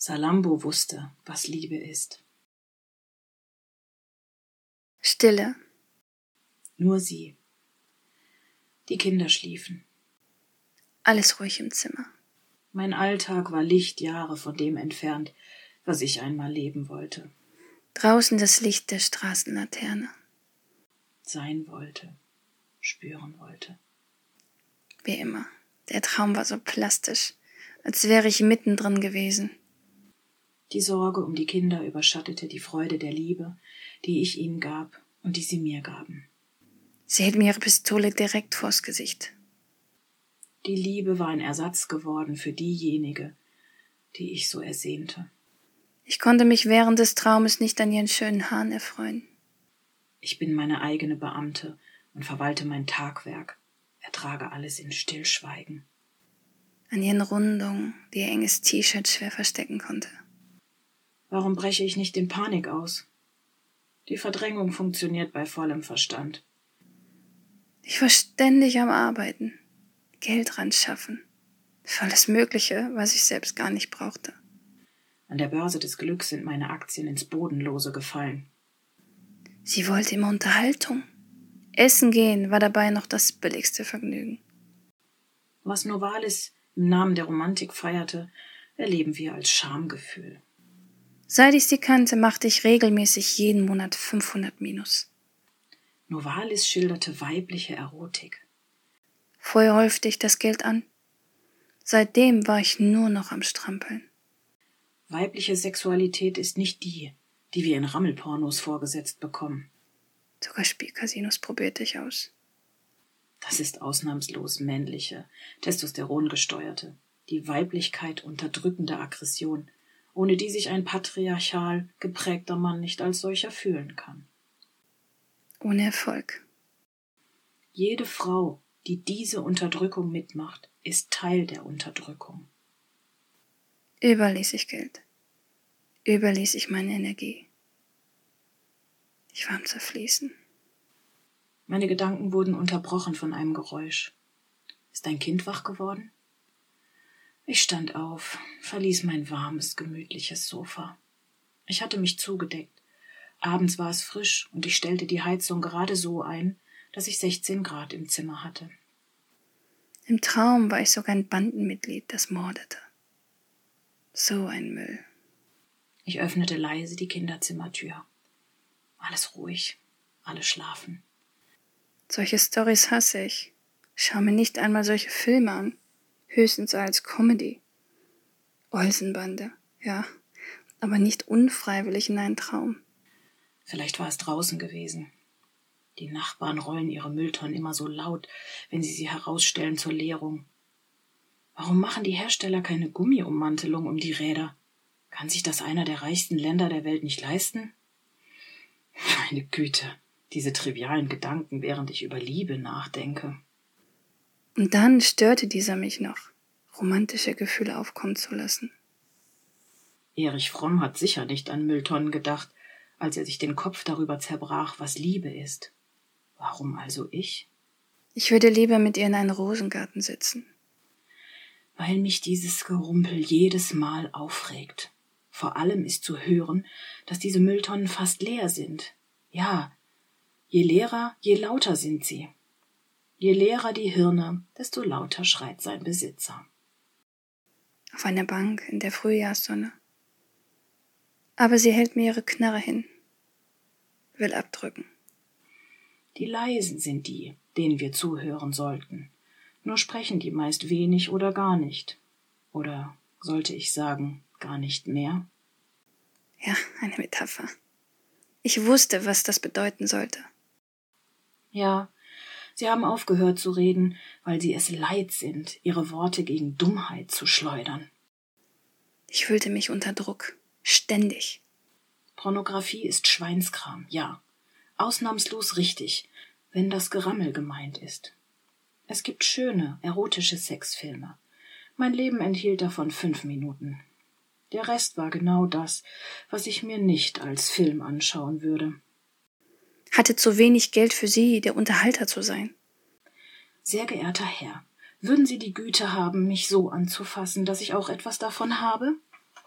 Salammbô wusste, was Liebe ist. Stille. Nur sie. Die Kinder schliefen. Alles ruhig im Zimmer. Mein Alltag war Lichtjahre von dem entfernt, was ich einmal leben wollte. Draußen das Licht der Straßenlaterne. Sein wollte, spüren wollte. Wie immer. Der Traum war so plastisch, als wäre ich mittendrin gewesen. Die Sorge um die Kinder überschattete die Freude der Liebe, die ich ihnen gab und die sie mir gaben. Sie hielt mir ihre Pistole direkt vors Gesicht. Die Liebe war ein Ersatz geworden für diejenige, die ich so ersehnte. Ich konnte mich während des Traumes nicht an ihren schönen Haaren erfreuen. Ich bin meine eigene Beamte und verwalte mein Tagwerk, ertrage alles in Stillschweigen. An ihren Rundungen, die ihr enges T-Shirt schwer verstecken konnte. Warum breche ich nicht in Panik aus? Die Verdrängung funktioniert bei vollem Verstand. Ich war ständig am Arbeiten, Geld ran schaffen, für alles Mögliche, was ich selbst gar nicht brauchte. An der Börse des Glücks sind meine Aktien ins Bodenlose gefallen. Sie wollte immer Unterhaltung. Essen gehen war dabei noch das billigste Vergnügen. Was Novalis im Namen der Romantik feierte, erleben wir als Schamgefühl. Seit ich sie kannte, machte ich regelmäßig jeden Monat 500 Minus. Novalis schilderte weibliche Erotik. Vorher häufte ich das Geld an. Seitdem war ich nur noch am Strampeln. Weibliche Sexualität ist nicht die, die wir in Rammelpornos vorgesetzt bekommen. Sogar Spielcasinos probierte ich aus. Das ist ausnahmslos männliche, testosterongesteuerte, die Weiblichkeit unterdrückende Aggression, ohne die sich ein patriarchal geprägter Mann nicht als solcher fühlen kann. Ohne Erfolg. Jede Frau, die diese Unterdrückung mitmacht, ist Teil der Unterdrückung. Überließ ich Geld. Überließ ich meine Energie. Ich war am Zerfließen. Meine Gedanken wurden unterbrochen von einem Geräusch. Ist ein Kind wach geworden? Ich stand auf, verließ mein warmes, gemütliches Sofa. Ich hatte mich zugedeckt. Abends war es frisch und ich stellte die Heizung gerade so ein, dass ich 16 Grad im Zimmer hatte. Im Traum war ich sogar ein Bandenmitglied, das mordete. So ein Müll. Ich öffnete leise die Kinderzimmertür. Alles ruhig, alle schlafen. Solche Storys hasse ich. Schau mir nicht einmal solche Filme an. Höchstens als Comedy. Olsenbande, ja, aber nicht unfreiwillig in einen Traum. Vielleicht war es draußen gewesen. Die Nachbarn rollen ihre Mülltonnen immer so laut, wenn sie herausstellen zur Leerung. Warum machen die Hersteller keine Gummiummantelung um die Räder? Kann sich das einer der reichsten Länder der Welt nicht leisten? Meine Güte, diese trivialen Gedanken, während ich über Liebe nachdenke. Und dann störte dieser mich noch, romantische Gefühle aufkommen zu lassen. Erich Fromm hat sicher nicht an Mülltonnen gedacht, als er sich den Kopf darüber zerbrach, was Liebe ist. Warum also ich? Ich würde lieber mit ihr in einen Rosengarten sitzen. Weil mich dieses Gerumpel jedes Mal aufregt. Vor allem ist zu hören, dass diese Mülltonnen fast leer sind. Ja, je leerer, je lauter sind sie. Je leerer die Hirne, desto lauter schreit sein Besitzer. Auf einer Bank in der Frühjahrssonne. Aber sie hält mir ihre Knarre hin. Will abdrücken. Die Leisen sind die, denen wir zuhören sollten. Nur sprechen die meist wenig oder gar nicht. Oder sollte ich sagen, gar nicht mehr? Ja, eine Metapher. Ich wusste, was das bedeuten sollte. Ja, sie haben aufgehört zu reden, weil sie es leid sind, ihre Worte gegen Dummheit zu schleudern. Ich fühlte mich unter Druck. Ständig. Pornografie ist Schweinskram, ja. Ausnahmslos richtig, wenn das Gerammel gemeint ist. Es gibt schöne, erotische Sexfilme. Mein Leben enthielt davon 5 Minuten. Der Rest war genau das, was ich mir nicht als Film anschauen würde. Hatte zu wenig Geld für Sie, der Unterhalter zu sein. Sehr geehrter Herr, würden Sie die Güte haben, mich so anzufassen, dass ich auch etwas davon habe?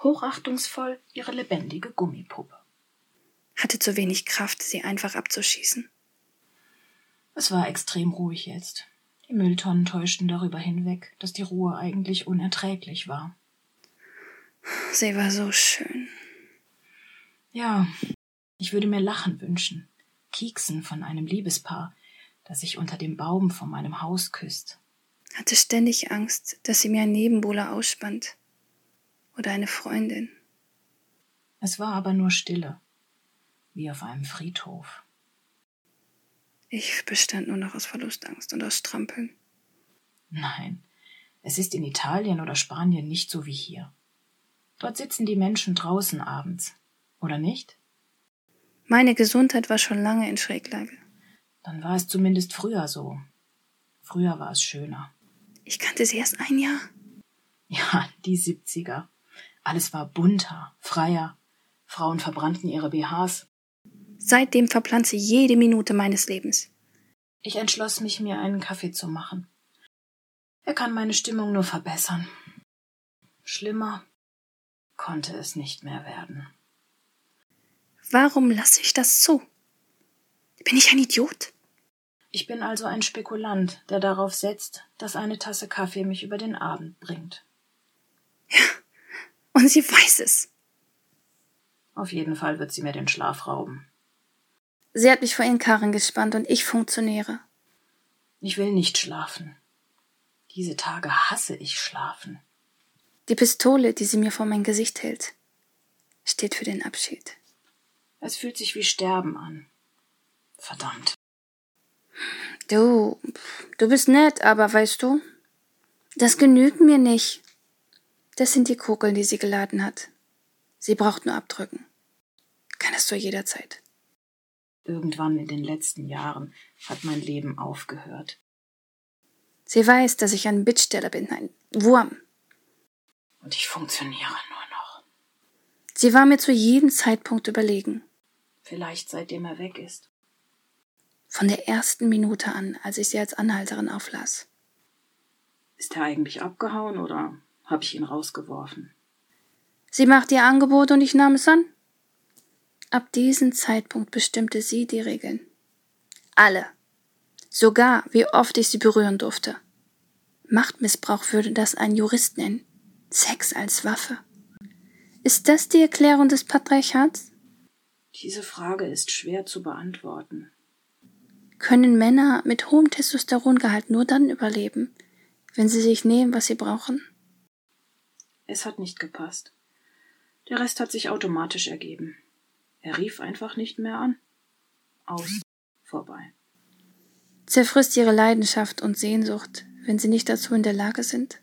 hochachtungsvoll ihre lebendige Gummipuppe. Hatte zu wenig Kraft, sie einfach abzuschießen. Es war extrem ruhig jetzt. Die Mülltonnen täuschten darüber hinweg, dass die Ruhe eigentlich unerträglich war. Sie war so schön. Ja, ich würde mir Lachen wünschen, Kieksen von einem Liebespaar, das sich unter dem Baum vor meinem Haus küsst. Hatte ständig Angst, dass sie mir ein Nebenbuhler ausspannt. Oder eine Freundin. Es war aber nur Stille, wie auf einem Friedhof. Ich bestand nur noch aus Verlustangst und aus Strampeln. Nein, es ist in Italien oder Spanien nicht so wie hier. Dort sitzen die Menschen draußen abends, oder nicht? Meine Gesundheit war schon lange in Schräglage. Dann war es zumindest früher so. Früher war es schöner. Ich kannte sie erst ein Jahr. Ja, die 70er. Alles war bunter, freier. Frauen verbrannten ihre BHs. Seitdem verpflanze jede Minute meines Lebens. Ich entschloss mich, mir einen Kaffee zu machen. Er kann meine Stimmung nur verbessern. Schlimmer konnte es nicht mehr werden. Warum lasse ich das zu? Bin ich ein Idiot? Ich bin also ein Spekulant, der darauf setzt, dass eine Tasse Kaffee mich über den Abend bringt. Ja, und sie weiß es. Auf jeden Fall wird sie mir den Schlaf rauben. Sie hat mich vor ihren Karren gespannt und ich funktioniere. Ich will nicht schlafen. Diese Tage hasse ich Schlafen. Die Pistole, die sie mir vor mein Gesicht hält, steht für den Abschied. Es fühlt sich wie Sterben an. Verdammt. Du bist nett, aber weißt du, das genügt mir nicht. Das sind die Kugeln, die sie geladen hat. Sie braucht nur abdrücken. Kann es zu jeder Zeit. Irgendwann in den letzten Jahren hat mein Leben aufgehört. Sie weiß, dass ich ein Bittsteller bin, ein Wurm. Und ich funktioniere nur noch. Sie war mir zu jedem Zeitpunkt überlegen. Vielleicht seitdem er weg ist. Von der ersten Minute an, als ich sie als Anhalterin auflas. Ist er eigentlich abgehauen oder habe ich ihn rausgeworfen? Sie machte ihr Angebot und ich nahm es an. Ab diesem Zeitpunkt bestimmte sie die Regeln. Alle. Sogar, wie oft ich sie berühren durfte. Machtmissbrauch würde das ein Jurist nennen. Sex als Waffe. Ist das die Erklärung des Patriarchats? Diese Frage ist schwer zu beantworten. Können Männer mit hohem Testosterongehalt nur dann überleben, wenn sie sich nehmen, was sie brauchen? Es hat nicht gepasst. Der Rest hat sich automatisch ergeben. Er rief einfach nicht mehr an. Aus. Vorbei. Zerfrisst ihre Leidenschaft und Sehnsucht, wenn sie nicht dazu in der Lage sind?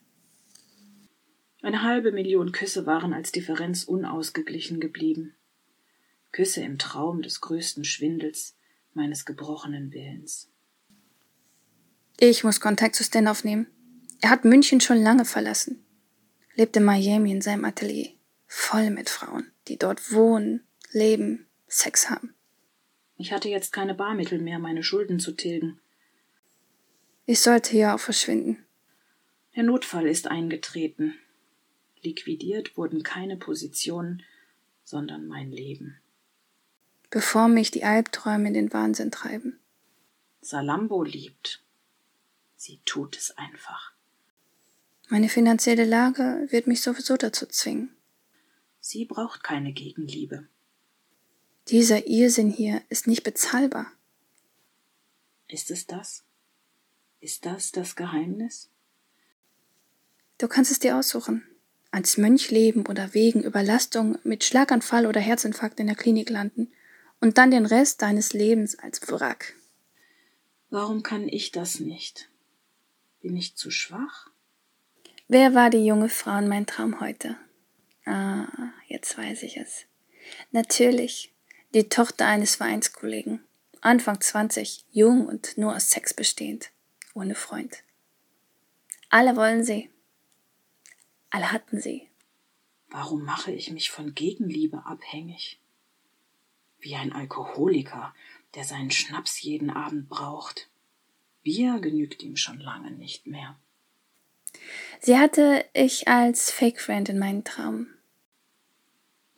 500.000 Küsse waren als Differenz unausgeglichen geblieben. Küsse im Traum des größten Schwindels meines gebrochenen Willens. Ich muss Kontakt zu Stan aufnehmen. Er hat München schon lange verlassen. Lebt in Miami in seinem Atelier. Voll mit Frauen, die dort wohnen, leben, Sex haben. Ich hatte jetzt keine Barmittel mehr, meine Schulden zu tilgen. Ich sollte hier auch verschwinden. Der Notfall ist eingetreten. Liquidiert wurden keine Positionen, sondern mein Leben. Bevor mich die Albträume in den Wahnsinn treiben. Salambo liebt. Sie tut es einfach. Meine finanzielle Lage wird mich sowieso dazu zwingen. Sie braucht keine Gegenliebe. Dieser Irrsinn hier ist nicht bezahlbar. Ist es das? Ist das das Geheimnis? Du kannst es dir aussuchen. Als Mönch leben oder wegen Überlastung mit Schlaganfall oder Herzinfarkt in der Klinik landen und dann den Rest deines Lebens als Wrack. Warum kann ich das nicht? Bin ich zu schwach? Wer war die junge Frau in meinem Traum heute? Jetzt weiß ich es. Natürlich, die Tochter eines Vereinskollegen. Anfang 20, jung und nur aus Sex bestehend. Ohne Freund. Alle wollen sie. Alle hatten sie. Warum mache ich mich von Gegenliebe abhängig? Wie ein Alkoholiker, der seinen Schnaps jeden Abend braucht. Bier genügt ihm schon lange nicht mehr. Sie hatte ich als Fake-Friend in meinem Traum.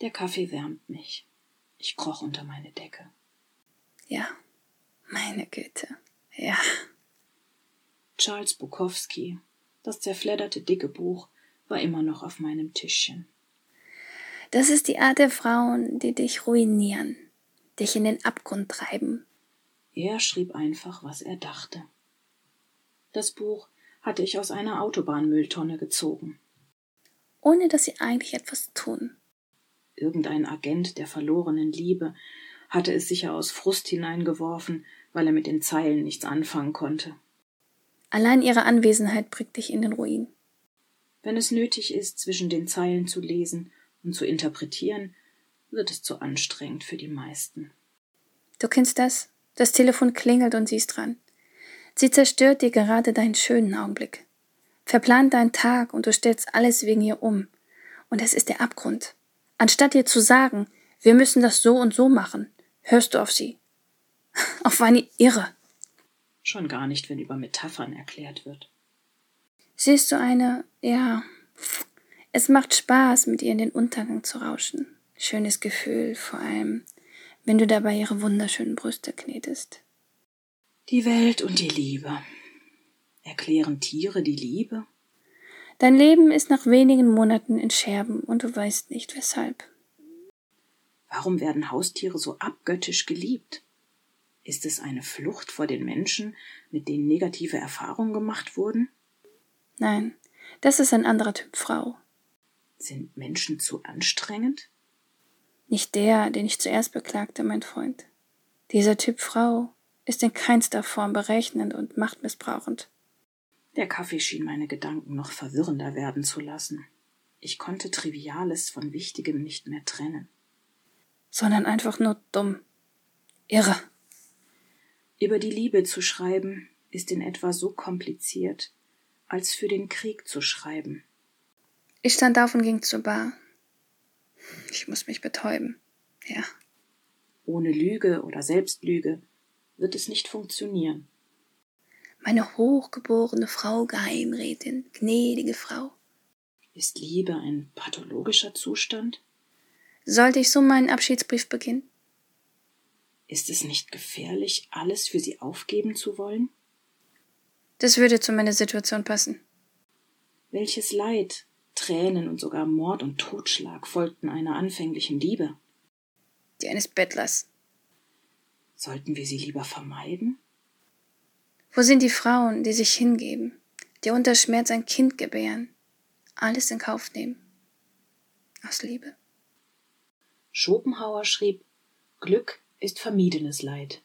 Der Kaffee wärmt mich. Ich kroch unter meine Decke. Ja, meine Güte, ja. Charles Bukowski, das zerfledderte dicke Buch, war immer noch auf meinem Tischchen. Das ist die Art der Frauen, die dich ruinieren, dich in den Abgrund treiben. Er schrieb einfach, was er dachte. Das Buch hatte ich aus einer Autobahnmülltonne gezogen. Ohne dass sie eigentlich etwas tun. Irgendein Agent der verlorenen Liebe hatte es sicher aus Frust hineingeworfen, weil er mit den Zeilen nichts anfangen konnte. Allein ihre Anwesenheit bringt dich in den Ruin. Wenn es nötig ist, zwischen den Zeilen zu lesen und zu interpretieren, wird es zu anstrengend für die meisten. Du kennst das? Das Telefon klingelt und sie ist dran. Sie zerstört dir gerade deinen schönen Augenblick. Verplant deinen Tag und du stellst alles wegen ihr um. Und es ist der Abgrund. Anstatt ihr zu sagen, wir müssen das so und so machen, hörst du auf sie. Auf eine Irre. Schon gar nicht, wenn über Metaphern erklärt wird. Sie ist so eine, ja, es macht Spaß, mit ihr in den Untergang zu rauschen. Schönes Gefühl, vor allem, wenn du dabei ihre wunderschönen Brüste knetest. Die Welt und die Liebe. Erklären Tiere die Liebe? Dein Leben ist nach wenigen Monaten in Scherben und du weißt nicht, weshalb. Warum werden Haustiere so abgöttisch geliebt? Ist es eine Flucht vor den Menschen, mit denen negative Erfahrungen gemacht wurden? Nein, das ist ein anderer Typ Frau. Sind Menschen zu anstrengend? Nicht der, den ich zuerst beklagte, mein Freund. Dieser Typ Frau ist in keinster Form berechnend und machtmissbrauchend. Der Kaffee schien meine Gedanken noch verwirrender werden zu lassen. Ich konnte Triviales von Wichtigem nicht mehr trennen. Sondern einfach nur dumm. Irre. Über die Liebe zu schreiben, ist in etwa so kompliziert, als für den Krieg zu schreiben. Ich stand auf und ging zur Bar. Ich muss mich betäuben. Ja. Ohne Lüge oder Selbstlüge wird es nicht funktionieren. Meine hochgeborene Frau Geheimrätin, gnädige Frau. Ist Liebe ein pathologischer Zustand? Sollte ich so meinen Abschiedsbrief beginnen? Ist es nicht gefährlich, alles für sie aufgeben zu wollen? Das würde zu meiner Situation passen. Welches Leid, Tränen und sogar Mord und Totschlag folgten einer anfänglichen Liebe? Die eines Bettlers. Sollten wir sie lieber vermeiden? Wo sind die Frauen, die sich hingeben, die unter Schmerz ein Kind gebären, alles in Kauf nehmen? Aus Liebe. Schopenhauer schrieb, Glück ist vermiedenes Leid.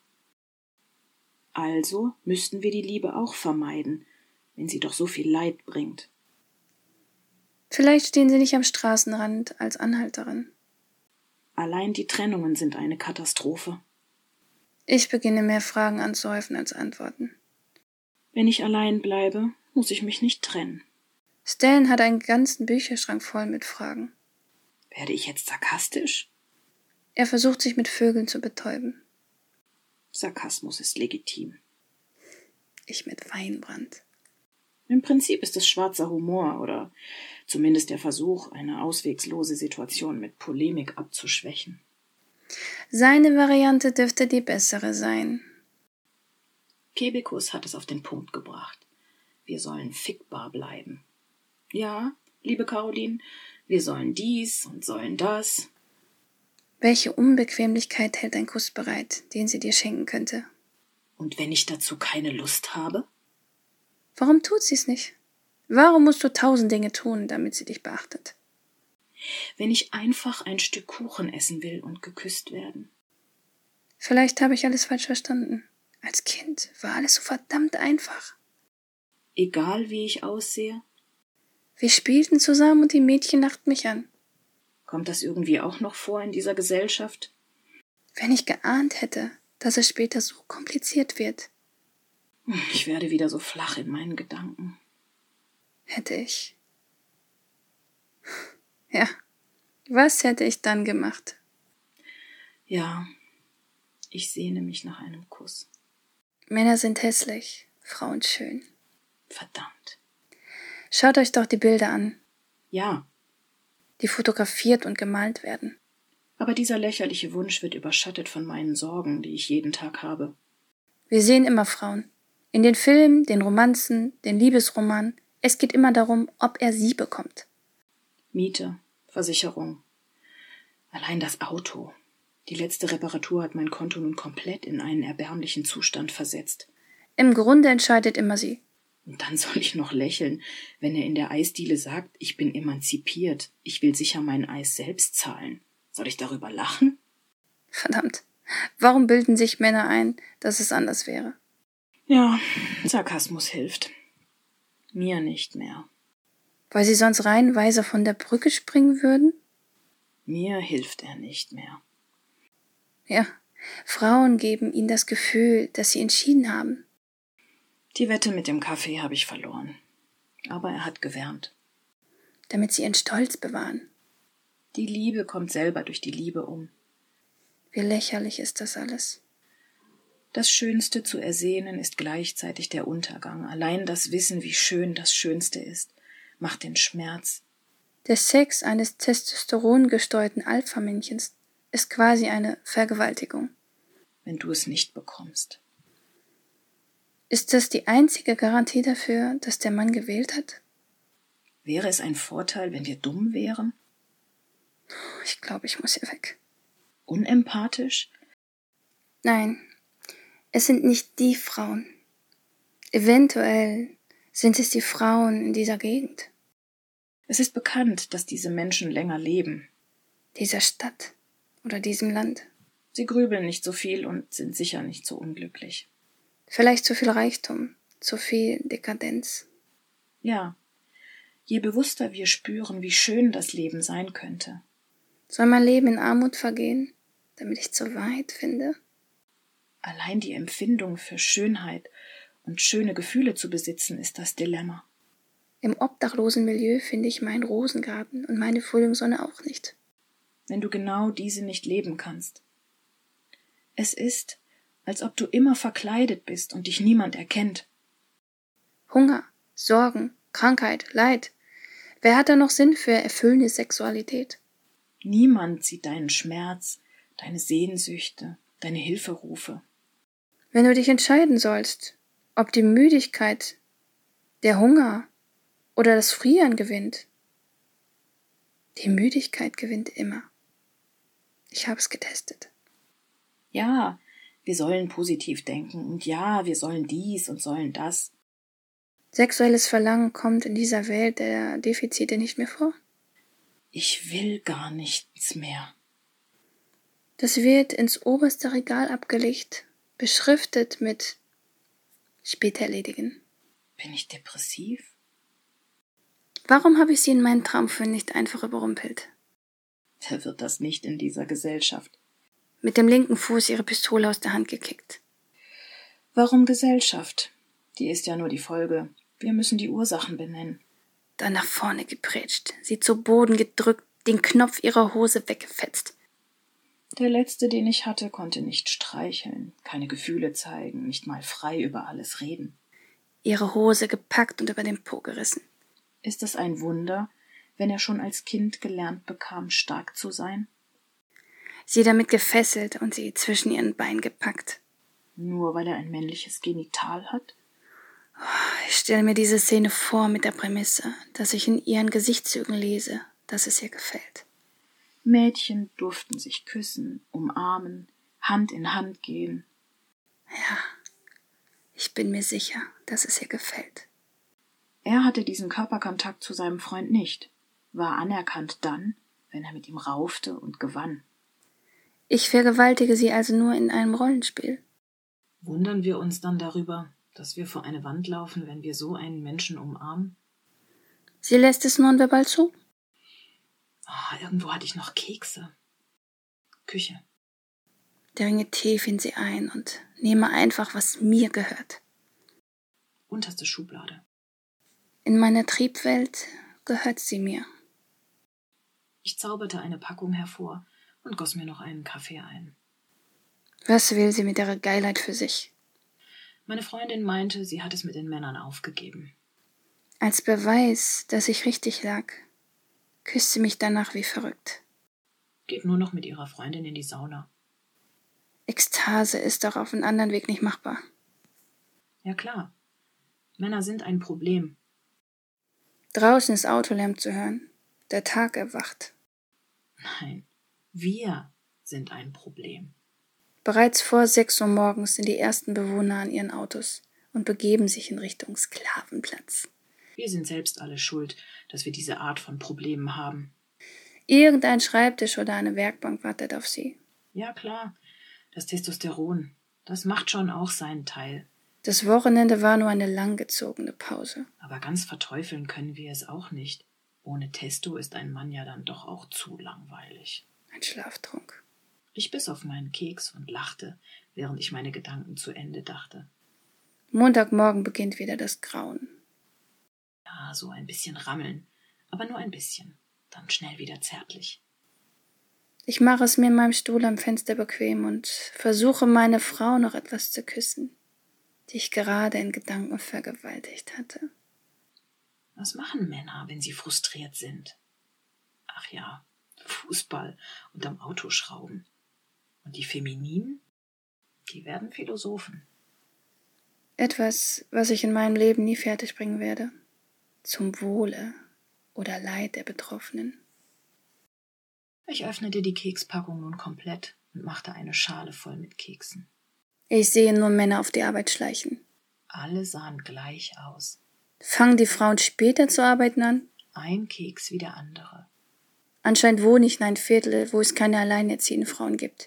Also müssten wir die Liebe auch vermeiden, wenn sie doch so viel Leid bringt. Vielleicht stehen sie nicht am Straßenrand als Anhalterin. Allein die Trennungen sind eine Katastrophe. Ich beginne mehr Fragen anzuhäufen als Antworten. Wenn ich allein bleibe, muss ich mich nicht trennen. Stan hat einen ganzen Bücherschrank voll mit Fragen. Werde ich jetzt sarkastisch? Er versucht sich mit Vögeln zu betäuben. Sarkasmus ist legitim. Ich mit Weinbrand. Im Prinzip ist es schwarzer Humor oder zumindest der Versuch, eine auswegslose Situation mit Polemik abzuschwächen. Seine Variante dürfte die bessere sein. Kebekus hat es auf den Punkt gebracht. Wir sollen fickbar bleiben. Ja, liebe Caroline, wir sollen dies und sollen das. Welche Unbequemlichkeit hält ein Kuss bereit, den sie dir schenken könnte? Und wenn ich dazu keine Lust habe? Warum tut sie es nicht? Warum musst du 1000 Dinge tun, damit sie dich beachtet? Wenn ich einfach ein Stück Kuchen essen will und geküsst werden. Vielleicht habe ich alles falsch verstanden. Als Kind war alles so verdammt einfach. Egal wie ich aussehe? Wir spielten zusammen und die Mädchen lachten mich an. Kommt das irgendwie auch noch vor in dieser Gesellschaft? Wenn ich geahnt hätte, dass es später so kompliziert wird. Ich werde wieder so flach in meinen Gedanken. Hätte ich. Ja, was hätte ich dann gemacht? Ja, ich sehne mich nach einem Kuss. Männer sind hässlich, Frauen schön. Verdammt. Schaut euch doch die Bilder an, Ja, die fotografiert und gemalt werden. Aber dieser lächerliche Wunsch wird überschattet von meinen Sorgen, die ich jeden Tag habe. Wir sehen immer Frauen. In den Filmen, den Romanzen, den Liebesromanen. Es geht immer darum, ob er sie bekommt. Miete, Versicherung. Allein das Auto. Die letzte Reparatur hat mein Konto nun komplett in einen erbärmlichen Zustand versetzt. Im Grunde entscheidet immer sie. Und dann soll ich noch lächeln, wenn er in der Eisdiele sagt, ich bin emanzipiert, ich will sicher mein Eis selbst zahlen. Soll ich darüber lachen? Verdammt, warum bilden sich Männer ein, dass es anders wäre? Ja, Sarkasmus hilft. Mir nicht mehr. Weil sie sonst reihenweise von der Brücke springen würden? Mir hilft er nicht mehr. Ja, Frauen geben ihnen das Gefühl, dass sie entschieden haben. Die Wette mit dem Kaffee habe ich verloren. Aber er hat gewärmt. Damit sie ihren Stolz bewahren. Die Liebe kommt selber durch die Liebe um. Wie lächerlich ist das alles. Das Schönste zu ersehnen ist gleichzeitig der Untergang. Allein das Wissen, wie schön das Schönste ist, macht den Schmerz. Der Sex eines testosterongesteuerten Alpha-Männchens ist quasi eine Vergewaltigung. Wenn du es nicht bekommst. Ist das die einzige Garantie dafür, dass der Mann gewählt hat? Wäre es ein Vorteil, wenn wir dumm wären? Ich glaube, ich muss hier weg. Unempathisch? Nein, es sind nicht die Frauen. Eventuell sind es die Frauen in dieser Gegend, Es ist bekannt, dass diese Menschen länger leben. dieser Stadt oder diesem Land. Sie grübeln nicht so viel und sind sicher nicht so unglücklich. Vielleicht zu viel Reichtum, zu viel Dekadenz. Ja, je bewusster wir spüren, wie schön das Leben sein könnte. Soll mein Leben in Armut vergehen, damit ich zur Wahrheit finde? Allein die Empfindung für Schönheit und schöne Gefühle zu besitzen, ist das Dilemma. Im obdachlosen Milieu finde ich meinen Rosengarten und meine Frühlingssonne auch nicht. Wenn du genau diese nicht leben kannst. Es ist, als ob du immer verkleidet bist und dich niemand erkennt. Hunger, Sorgen, Krankheit, Leid. Wer hat da noch Sinn für erfüllende Sexualität? Niemand sieht deinen Schmerz, deine Sehnsüchte, deine Hilferufe. Wenn du dich entscheiden sollst, ob die Müdigkeit, der Hunger oder das Frieren gewinnt, die Müdigkeit gewinnt immer. Ich habe es getestet. Ja, wir sollen positiv denken und ja, wir sollen dies und sollen das. Sexuelles Verlangen kommt in dieser Welt der Defizite nicht mehr vor. Ich will gar nichts mehr. Das wird ins oberste Regal abgelegt, beschriftet mit später erledigen. Bin ich depressiv? Warum habe ich sie in meinen Traumfilmen nicht einfach überrumpelt? Wer wird das nicht in dieser Gesellschaft? Mit dem linken Fuß ihre Pistole aus der Hand gekickt. Warum Gesellschaft? Die ist ja nur die Folge. Wir müssen die Ursachen benennen. Dann nach vorne geprätscht, sie zu Boden gedrückt, den Knopf ihrer Hose weggefetzt. Der letzte, den ich hatte, konnte nicht streicheln, keine Gefühle zeigen, nicht mal frei über alles reden. Ihre Hose gepackt und über den Po gerissen. Ist es ein Wunder, wenn er schon als Kind gelernt bekam, stark zu sein? Sie damit gefesselt und sie zwischen ihren Beinen gepackt. Nur weil er ein männliches Genital hat? Ich stelle mir diese Szene vor mit der Prämisse, dass ich in ihren Gesichtszügen lese, dass es ihr gefällt. Mädchen durften sich küssen, umarmen, Hand in Hand gehen. Ja, ich bin mir sicher, dass es ihr gefällt. Er hatte diesen Körperkontakt zu seinem Freund nicht, war anerkannt dann, wenn er mit ihm raufte und gewann. Ich vergewaltige sie also nur in einem Rollenspiel. Wundern wir uns dann darüber, dass wir vor eine Wand laufen, wenn wir so einen Menschen umarmen? Sie lässt es nonverbal zu? Irgendwo hatte ich noch Kekse. Küche. Dringe tief in sie ein und nehme einfach, was mir gehört. Unterste Schublade. In meiner Triebwelt gehört sie mir. Ich zauberte eine Packung hervor und goss mir noch einen Kaffee ein. Was will sie mit ihrer Geilheit für sich? Meine Freundin meinte, sie hat es mit den Männern aufgegeben. Als Beweis, dass ich richtig lag, küsste mich danach wie verrückt. Geht nur noch mit ihrer Freundin in die Sauna. Ekstase ist doch auf einem anderen Weg nicht machbar. Ja klar, Männer sind ein Problem. Draußen ist Autolärm zu hören. Der Tag erwacht. Nein, wir sind ein Problem. Bereits vor 6 Uhr morgens sind die ersten Bewohner an ihren Autos und begeben sich in Richtung Sklavenplatz. Wir sind selbst alle schuld, dass wir diese Art von Problemen haben. Irgendein Schreibtisch oder eine Werkbank wartet auf sie. Ja klar, das Testosteron, das macht schon auch seinen Teil. Das Wochenende war nur eine langgezogene Pause. Aber ganz verteufeln können wir es auch nicht. Ohne Testo ist ein Mann ja dann doch auch zu langweilig. Ein Schlaftrunk. Ich biss auf meinen Keks und lachte, während ich meine Gedanken zu Ende dachte. Montagmorgen beginnt wieder das Grauen. Ja, so ein bisschen rammeln, aber nur ein bisschen. Dann schnell wieder zärtlich. Ich mache es mir in meinem Stuhl am Fenster bequem und versuche, meine Frau noch etwas zu küssen, die ich gerade in Gedanken vergewaltigt hatte. Was machen Männer, wenn sie frustriert sind? Ach ja, Fußball und am Auto schrauben. Und die Femininen? Die werden Philosophen. Etwas, was ich in meinem Leben nie fertigbringen werde. Zum Wohle oder Leid der Betroffenen. Ich öffnete die Kekspackung nun komplett und machte eine Schale voll mit Keksen. Ich sehe nur Männer auf die Arbeit schleichen. Alle sahen gleich aus. Fangen die Frauen später zu arbeiten an? Ein Keks wie der andere. Anscheinend wohne ich in einem Viertel, wo es keine alleinerziehenden Frauen gibt.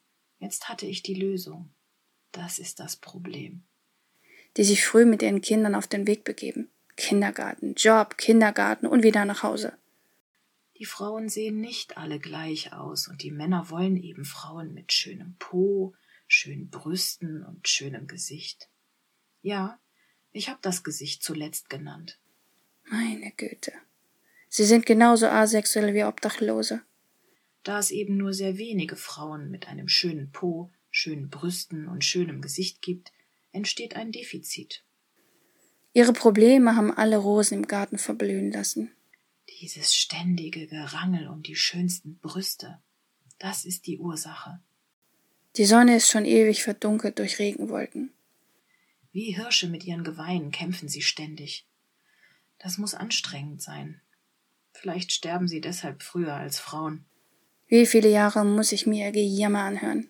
Jetzt hatte ich die Lösung. Das ist das Problem. Die sich früh mit ihren Kindern auf den Weg begeben. Kindergarten, Job, Kindergarten und wieder nach Hause. Die Frauen sehen nicht alle gleich aus und die Männer wollen eben Frauen mit schönem Po, schönen Brüsten und schönem Gesicht. Ja, ich habe das Gesicht zuletzt genannt. Meine Güte. Sie sind genauso asexuell wie Obdachlose. Da es eben nur sehr wenige Frauen mit einem schönen Po, schönen Brüsten und schönem Gesicht gibt, entsteht ein Defizit. Ihre Probleme haben alle Rosen im Garten verblühen lassen. Dieses ständige Gerangel um die schönsten Brüste, das ist die Ursache. Die Sonne ist schon ewig verdunkelt durch Regenwolken. Wie Hirsche mit ihren Geweihen kämpfen sie ständig. Das muss anstrengend sein. Vielleicht sterben sie deshalb früher als Frauen. Wie viele Jahre muss ich mir ihr Gejammer anhören?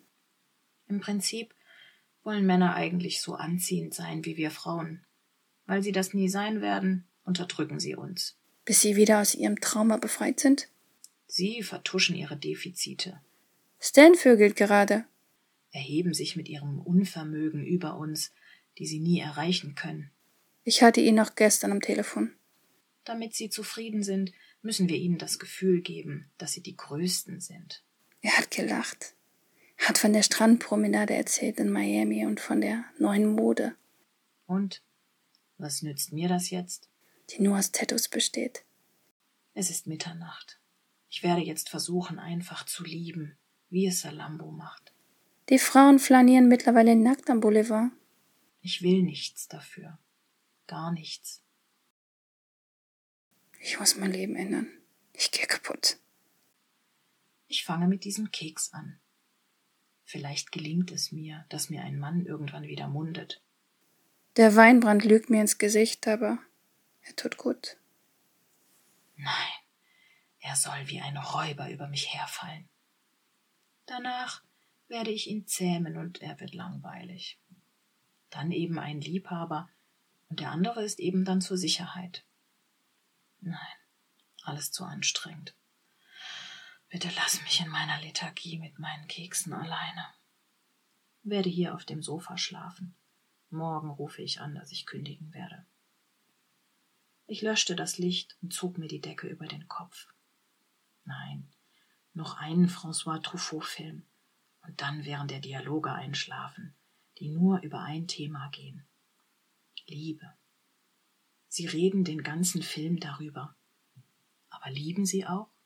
Im Prinzip wollen Männer eigentlich so anziehend sein wie wir Frauen. Weil sie das nie sein werden, unterdrücken sie uns. Bis sie wieder aus ihrem Trauma befreit sind? Sie vertuschen ihre Defizite, Stan vögelt gerade. erheben sich mit ihrem Unvermögen über uns, die sie nie erreichen können. Ich hatte ihn noch gestern am Telefon. Damit sie zufrieden sind, müssen wir ihnen das Gefühl geben, dass sie die Größten sind. Er hat gelacht. Hat von der Strandpromenade erzählt in Miami und von der neuen Mode, Und? Was nützt mir das jetzt? die nur aus Tattoos besteht. Es ist Mitternacht. Ich werde jetzt versuchen, einfach zu lieben, wie es Salambo macht. Die Frauen flanieren mittlerweile nackt am Boulevard. Ich will nichts dafür. Gar nichts. Ich muss mein Leben ändern. Ich gehe kaputt. Ich fange mit diesem Keks an. Vielleicht gelingt es mir, dass mir ein Mann irgendwann wieder mundet. Der Weinbrand lügt mir ins Gesicht, aber er tut gut. Nein, er soll wie ein Räuber über mich herfallen. Danach werde ich ihn zähmen und er wird langweilig. Dann eben ein Liebhaber und der andere ist eben dann zur Sicherheit. Nein, alles zu anstrengend. Bitte lass mich in meiner Lethargie mit meinen Keksen alleine. Werde hier auf dem Sofa schlafen. Morgen rufe ich an, dass ich kündigen werde. Ich löschte das Licht und zog mir die Decke über den Kopf. Nein, noch einen François Truffaut-Film und dann wären der Dialoge einschlafen, die nur über ein Thema gehen. Liebe. Sie reden den ganzen Film darüber. Aber lieben sie auch?